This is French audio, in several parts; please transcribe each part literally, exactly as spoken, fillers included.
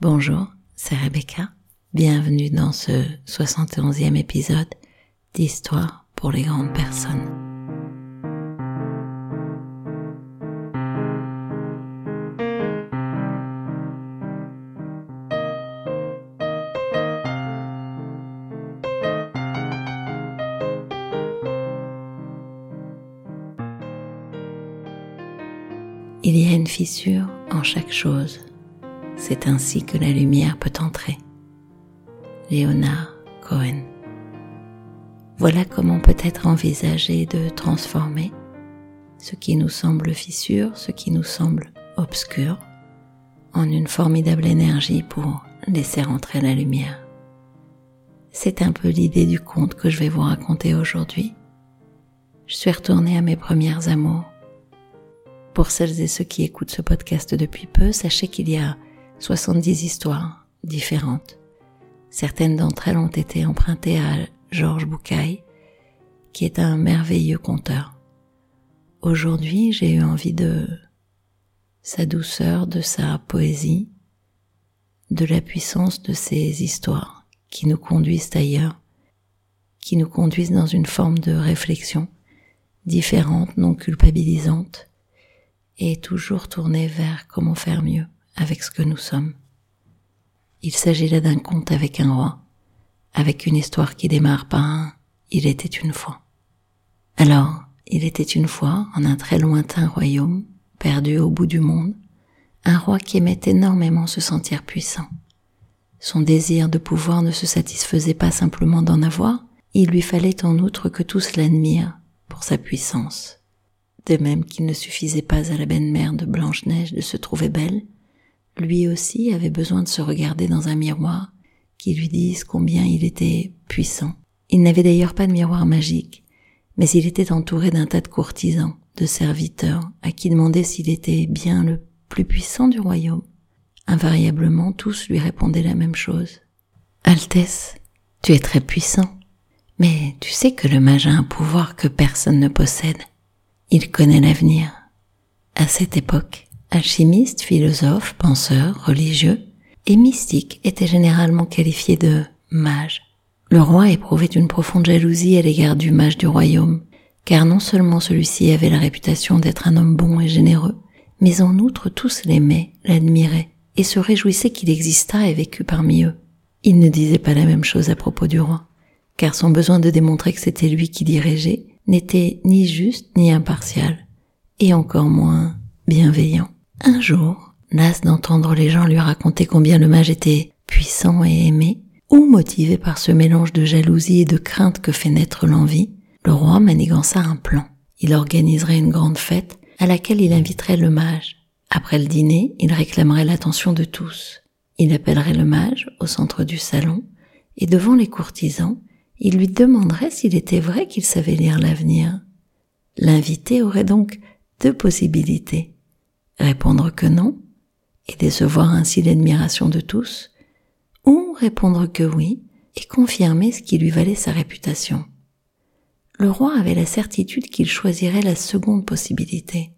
Bonjour, c'est Rebecca. Bienvenue dans ce soixante et onzième épisode d'Histoire pour les grandes personnes. Il y a une fissure en chaque chose. C'est ainsi que la lumière peut entrer. Leonard Cohen. Voilà comment peut être envisagé de transformer ce qui nous semble fissure, ce qui nous semble obscur, en une formidable énergie pour laisser entrer la lumière. C'est un peu l'idée du conte que je vais vous raconter aujourd'hui. Je suis retournée à mes premières amours. Pour celles et ceux qui écoutent ce podcast depuis peu, sachez qu'il y a soixante-dix histoires différentes. Certaines d'entre elles ont été empruntées à Georges Bucay, qui est un merveilleux conteur. Aujourd'hui, j'ai eu envie de sa douceur, de sa poésie, de la puissance de ces histoires qui nous conduisent ailleurs, qui nous conduisent dans une forme de réflexion différente, non culpabilisante, et toujours tournée vers comment faire mieux avec ce que nous sommes. Il s'agit là d'un conte avec un roi, avec une histoire qui démarre par un « il était une fois ». Alors, il était une fois, en un très lointain royaume, perdu au bout du monde, un roi qui aimait énormément se sentir puissant. Son désir de pouvoir ne se satisfaisait pas simplement d'en avoir, il lui fallait en outre que tous l'admirent pour sa puissance. De même qu'il ne suffisait pas à la belle-mère de Blanche-Neige de se trouver belle, lui aussi avait besoin de se regarder dans un miroir qui lui dise combien il était puissant. Il n'avait d'ailleurs pas de miroir magique, mais il était entouré d'un tas de courtisans, de serviteurs, à qui demander s'il était bien le plus puissant du royaume. Invariablement, tous lui répondaient la même chose. « Altesse, tu es très puissant, mais tu sais que le mage a un pouvoir que personne ne possède. Il connaît l'avenir. » À cette époque, alchimistes, philosophes, penseurs, religieux et mystiques étaient généralement qualifiés de mages. Le roi éprouvait une profonde jalousie à l'égard du mage du royaume, car non seulement celui-ci avait la réputation d'être un homme bon et généreux, mais en outre tous l'aimaient, l'admiraient et se réjouissaient qu'il existât et vécût parmi eux. Il ne disait pas la même chose à propos du roi, car son besoin de démontrer que c'était lui qui dirigeait n'était ni juste ni impartial, et encore moins bienveillant. Un jour, las d'entendre les gens lui raconter combien le mage était puissant et aimé, ou motivé par ce mélange de jalousie et de crainte que fait naître l'envie, le roi manigança un plan. Il organiserait une grande fête à laquelle il inviterait le mage. Après le dîner, il réclamerait l'attention de tous. Il appellerait le mage au centre du salon, et devant les courtisans, il lui demanderait s'il était vrai qu'il savait lire l'avenir. L'invité aurait donc deux possibilités. Répondre que non, et décevoir ainsi l'admiration de tous, ou répondre que oui, et confirmer ce qui lui valait sa réputation. Le roi avait la certitude qu'il choisirait la seconde possibilité.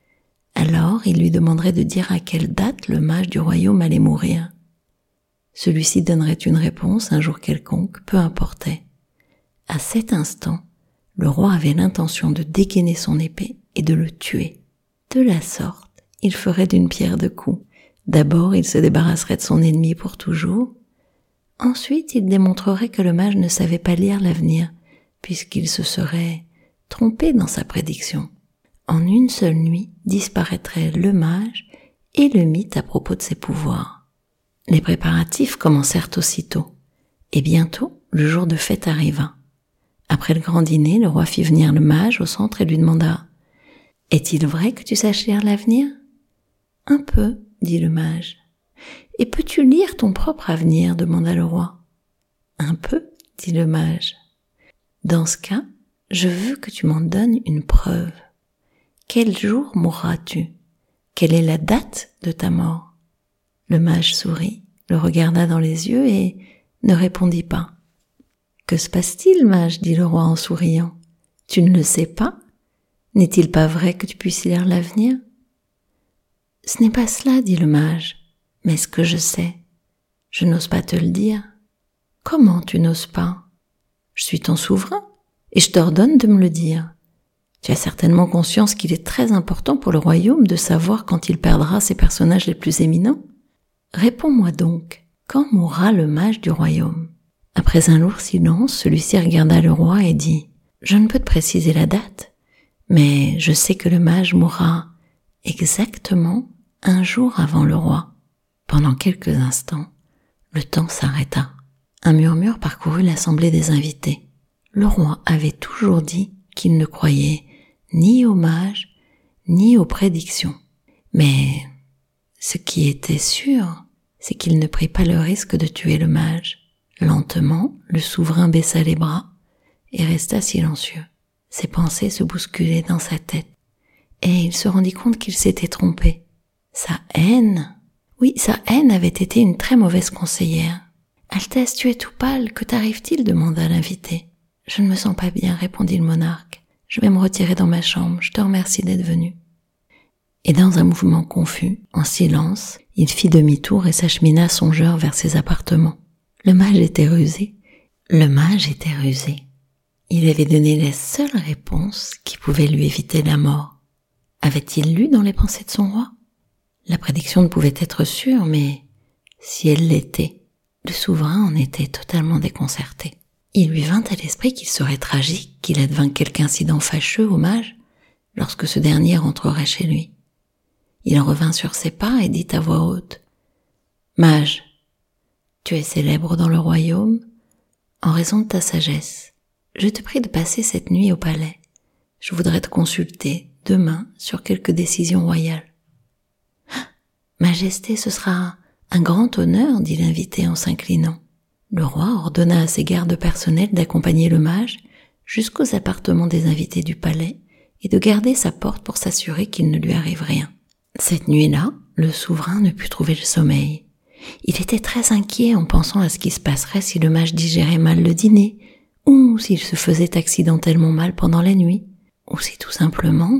Alors il lui demanderait de dire à quelle date le mage du royaume allait mourir. Celui-ci donnerait une réponse un jour quelconque, peu importait. À cet instant, le roi avait l'intention de dégainer son épée et de le tuer. De la sorte, il ferait d'une pierre deux coups. D'abord, il se débarrasserait de son ennemi pour toujours. Ensuite, il démontrerait que le mage ne savait pas lire l'avenir, puisqu'il se serait trompé dans sa prédiction. En une seule nuit, disparaîtrait le mage et le mythe à propos de ses pouvoirs. Les préparatifs commencèrent aussitôt, et bientôt, le jour de fête arriva. Après le grand dîner, le roi fit venir le mage au centre et lui demanda « Est-il vrai que tu saches lire l'avenir ?»« Un peu, » dit le mage. « Et peux-tu lire ton propre avenir ?» demanda le roi. « Un peu, » dit le mage. « Dans ce cas, je veux que tu m'en donnes une preuve. Quel jour mourras-tu ? Quelle est la date de ta mort ?» Le mage sourit, le regarda dans les yeux et ne répondit pas. « Que se passe-t-il, mage ?» dit le roi en souriant. « Tu ne le sais pas ? N'est-il pas vrai que tu puisses lire l'avenir ?»« Ce n'est pas cela, dit le mage, mais ce que je sais, Je n'ose pas te le dire. Comment tu n'oses pas? Je suis ton souverain, et je t'ordonne de me le dire. Tu as certainement conscience qu'il est très important pour le royaume de savoir quand il perdra ses personnages les plus éminents. Réponds-moi donc, quand mourra le mage du royaume? Après un lourd silence, celui-ci regarda le roi et dit « Je ne peux te préciser la date, mais je sais que le mage mourra exactement un jour avant le roi. » Pendant quelques instants, le temps s'arrêta. Un murmure parcourut l'assemblée des invités. Le roi avait toujours dit qu'il ne croyait ni aux mages, ni aux prédictions. Mais ce qui était sûr, c'est qu'il ne prit pas le risque de tuer le mage. Lentement, le souverain baissa les bras et resta silencieux. Ses pensées se bousculaient dans sa tête, et il se rendit compte qu'il s'était trompé. Sa haine, oui, sa haine avait été une très mauvaise conseillère. « Altesse, tu es tout pâle, que t'arrive-t-il » demanda l'invité. « Je ne me sens pas bien » répondit le monarque. « Je vais me retirer dans ma chambre, je te remercie d'être venu. » Et dans un mouvement confus, en silence, il fit demi-tour et s'achemina songeur vers ses appartements. Le mage était rusé. Le mage était rusé. Il avait donné les seules réponses qui pouvaient lui éviter la mort. Avait-il lu dans les pensées de son roi? La prédiction ne pouvait être sûre, mais si elle l'était, le souverain en était totalement déconcerté. Il lui vint à l'esprit qu'il serait tragique qu'il advînt quelque incident fâcheux au mage lorsque ce dernier rentrerait chez lui. Il revint sur ses pas et dit à voix haute « Mage, tu es célèbre dans le royaume en raison de ta sagesse. Je te prie de passer cette nuit au palais. Je voudrais te consulter demain sur quelques décisions royales. »« Majesté, ce sera un grand honneur, » dit l'invité en s'inclinant. Le roi ordonna à ses gardes personnels d'accompagner le mage jusqu'aux appartements des invités du palais et de garder sa porte pour s'assurer qu'il ne lui arrive rien. Cette nuit-là, le souverain ne put trouver le sommeil. Il était très inquiet en pensant à ce qui se passerait si le mage digérait mal le dîner, ou s'il se faisait accidentellement mal pendant la nuit, ou si tout simplement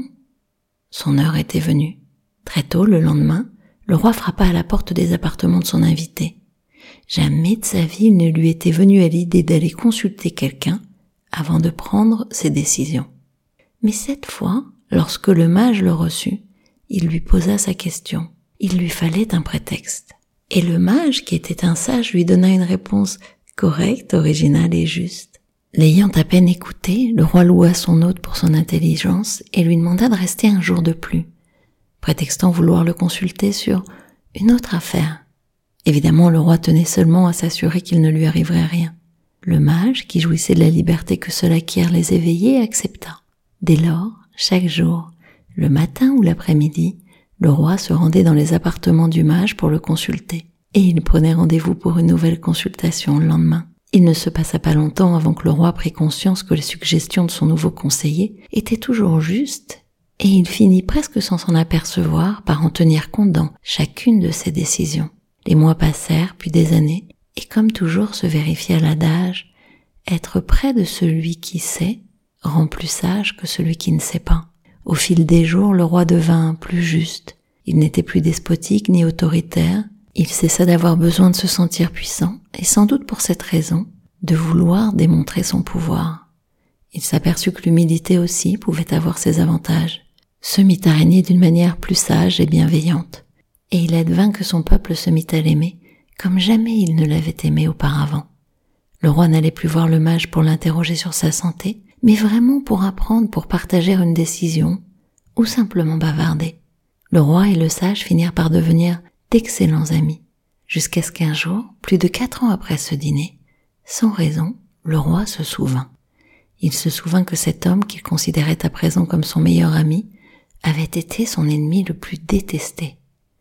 son heure était venue. Très tôt le lendemain, le roi frappa à la porte des appartements de son invité. Jamais de sa vie il ne lui était venu à l'idée d'aller consulter quelqu'un avant de prendre ses décisions. Mais cette fois, lorsque le mage le reçut, il lui posa sa question. Il lui fallait un prétexte. Et le mage, qui était un sage, lui donna une réponse correcte, originale et juste. L'ayant à peine écouté, le roi loua son hôte pour son intelligence et lui demanda de rester un jour de plus, prétextant vouloir le consulter sur une autre affaire. Évidemment, le roi tenait seulement à s'assurer qu'il ne lui arriverait rien. Le mage, qui jouissait de la liberté que seul acquièrent les éveillés, accepta. Dès lors, chaque jour, le matin ou l'après-midi, le roi se rendait dans les appartements du mage pour le consulter, et il prenait rendez-vous pour une nouvelle consultation le lendemain. Il ne se passa pas longtemps avant que le roi prit conscience que les suggestions de son nouveau conseiller étaient toujours justes, et il finit presque sans s'en apercevoir par en tenir compte dans chacune de ses décisions. Les mois passèrent, puis des années, et comme toujours se vérifia l'adage « Être près de celui qui sait rend plus sage que celui qui ne sait pas ». Au fil des jours, le roi devint plus juste. Il n'était plus despotique ni autoritaire. Il cessa d'avoir besoin de se sentir puissant, et sans doute pour cette raison, de vouloir démontrer son pouvoir. Il s'aperçut que l'humilité aussi pouvait avoir ses avantages. Se mit à régner d'une manière plus sage et bienveillante. Et il advint que son peuple se mit à l'aimer comme jamais il ne l'avait aimé auparavant. Le roi n'allait plus voir le mage pour l'interroger sur sa santé, mais vraiment pour apprendre, pour partager une décision, ou simplement bavarder. Le roi et le sage finirent par devenir d'excellents amis, jusqu'à ce qu'un jour, plus de quatre ans après ce dîner, sans raison, le roi se souvint. Il se souvint que cet homme qu'il considérait à présent comme son meilleur ami avait été son ennemi le plus détesté.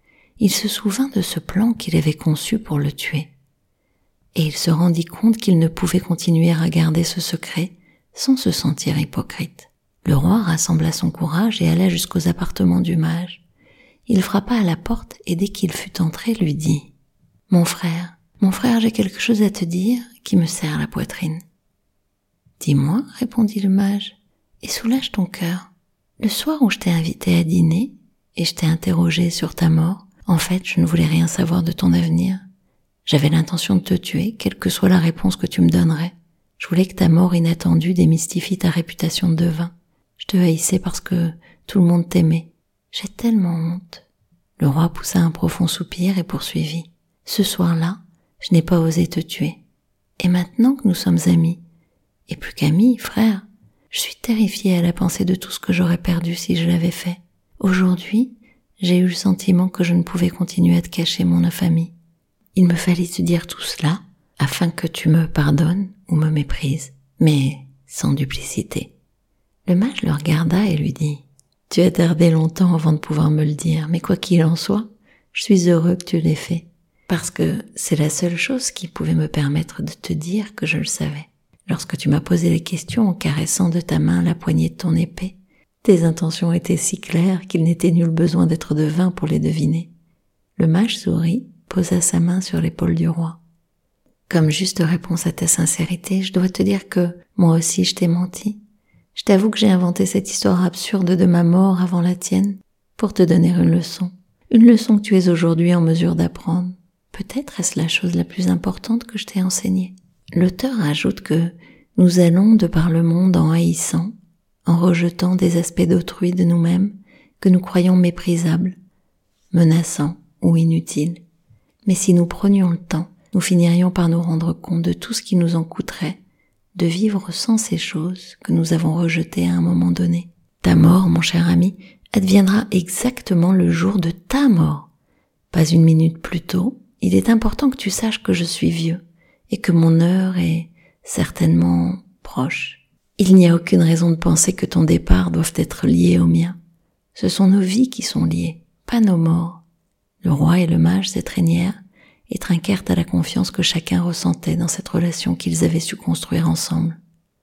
Il se souvint de ce plan qu'il avait conçu pour le tuer. Et il se rendit compte qu'il ne pouvait continuer à garder ce secret sans se sentir hypocrite. Le roi rassembla son courage et alla jusqu'aux appartements du mage. Il frappa à la porte et dès qu'il fut entré, lui dit « Mon frère, mon frère, j'ai quelque chose à te dire qui me serre la poitrine. »« Dis-moi, répondit le mage, et soulage ton cœur. Le soir où je t'ai invité à dîner et je t'ai interrogé sur ta mort, en fait, je ne voulais rien savoir de ton avenir. J'avais l'intention de te tuer, quelle que soit la réponse que tu me donnerais. Je voulais que ta mort inattendue démystifie ta réputation de devin. Je te haïssais parce que tout le monde t'aimait. J'ai tellement honte. Le roi poussa un profond soupir et poursuivit. Ce soir-là, je n'ai pas osé te tuer. Et maintenant que nous sommes amis, et plus qu'amis, frères, je suis terrifiée à la pensée de tout ce que j'aurais perdu si je l'avais fait. Aujourd'hui, j'ai eu le sentiment que je ne pouvais continuer à te cacher mon infamie. Il me fallait te dire tout cela afin que tu me pardonnes ou me méprises, mais sans duplicité. Le mage le regarda et lui dit « Tu as tardé longtemps avant de pouvoir me le dire, mais quoi qu'il en soit, je suis heureux que tu l'aies fait, parce que c'est la seule chose qui pouvait me permettre de te dire que je le savais. Lorsque tu m'as posé les questions en caressant de ta main la poignée de ton épée, tes intentions étaient si claires qu'il n'était nul besoin d'être devin pour les deviner. » Le mage sourit, posa sa main sur l'épaule du roi. « Comme juste réponse à ta sincérité, je dois te dire que moi aussi je t'ai menti. Je t'avoue que j'ai inventé cette histoire absurde de ma mort avant la tienne pour te donner une leçon. Une leçon que tu es aujourd'hui en mesure d'apprendre. Peut-être est-ce la chose la plus importante que je t'ai enseignée. » L'auteur ajoute que nous allons de par le monde en haïssant, en rejetant des aspects d'autrui de nous-mêmes que nous croyons méprisables, menaçants ou inutiles. Mais si nous prenions le temps, nous finirions par nous rendre compte de tout ce qui nous en coûterait de vivre sans ces choses que nous avons rejetées à un moment donné. Ta mort, mon cher ami, adviendra exactement le jour de ta mort. Pas une minute plus tôt, il est important que tu saches que je suis vieux et que mon heure est certainement proche. Il n'y a aucune raison de penser que ton départ doive être lié au mien. Ce sont nos vies qui sont liées, pas nos morts. Le roi et le mage s'étreignèrent et trinquèrent à la confiance que chacun ressentait dans cette relation qu'ils avaient su construire ensemble.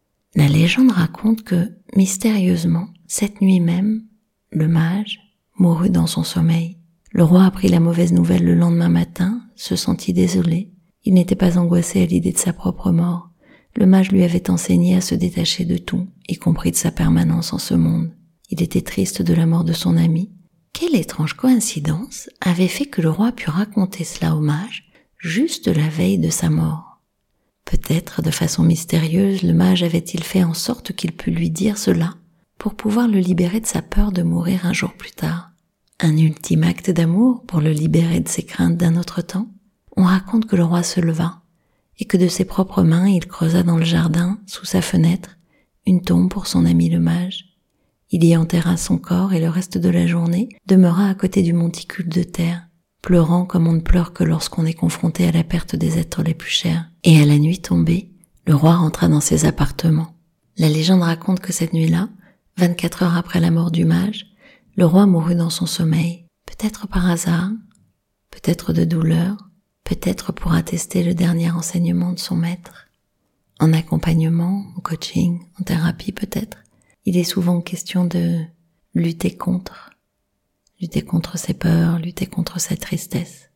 La légende raconte que, mystérieusement, cette nuit même, le mage mourut dans son sommeil. Le roi apprit la mauvaise nouvelle le lendemain matin, se sentit désolé. Il n'était pas angoissé à l'idée de sa propre mort. Le mage lui avait enseigné à se détacher de tout, y compris de sa permanence en ce monde. Il était triste de la mort de son ami. Quelle étrange coïncidence avait fait que le roi pût raconter cela au mage juste la veille de sa mort. Peut-être, de façon mystérieuse, le mage avait-il fait en sorte qu'il pût lui dire cela pour pouvoir le libérer de sa peur de mourir un jour plus tard. Un ultime acte d'amour pour le libérer de ses craintes d'un autre temps. On raconte que le roi se leva et que de ses propres mains il creusa dans le jardin, sous sa fenêtre, une tombe pour son ami le mage. Il y enterra son corps et le reste de la journée demeura à côté du monticule de terre, pleurant comme on ne pleure que lorsqu'on est confronté à la perte des êtres les plus chers. Et à la nuit tombée, le roi rentra dans ses appartements. La légende raconte que cette nuit-là, vingt-quatre heures après la mort du mage, le roi mourut dans son sommeil, peut-être par hasard, peut-être de douleur, peut-être pour attester le dernier enseignement de son maître. En accompagnement, en coaching, en thérapie peut-être, il est souvent question de lutter contre, lutter contre ses peurs, lutter contre sa tristesse.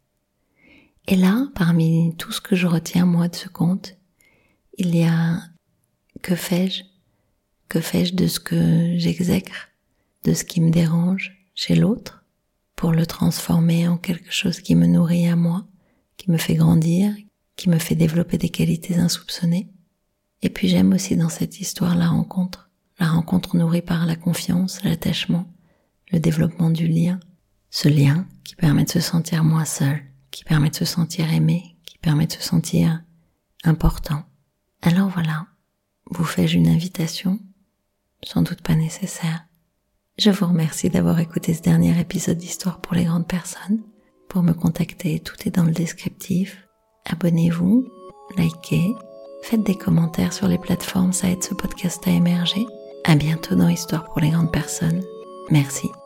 Et là, parmi tout ce que je retiens moi de ce conte, il y a que fais-je, que fais-je de ce que j'exècre, de ce qui me dérange chez l'autre, pour le transformer en quelque chose qui me nourrit à moi, qui me fait grandir, qui me fait développer des qualités insoupçonnées. Et puis j'aime aussi dans cette histoire la rencontre. La rencontre nourrie par la confiance, l'attachement, le développement du lien. Ce lien qui permet de se sentir moins seul, qui permet de se sentir aimé, qui permet de se sentir important. Alors voilà, vous fais-je une invitation, sans doute pas nécessaire. Je vous remercie d'avoir écouté ce dernier épisode d'Histoire pour les grandes personnes. Pour me contacter, tout est dans le descriptif. Abonnez-vous, likez, faites des commentaires sur les plateformes, ça aide ce podcast à émerger. À bientôt dans Histoire pour les grandes personnes. Merci.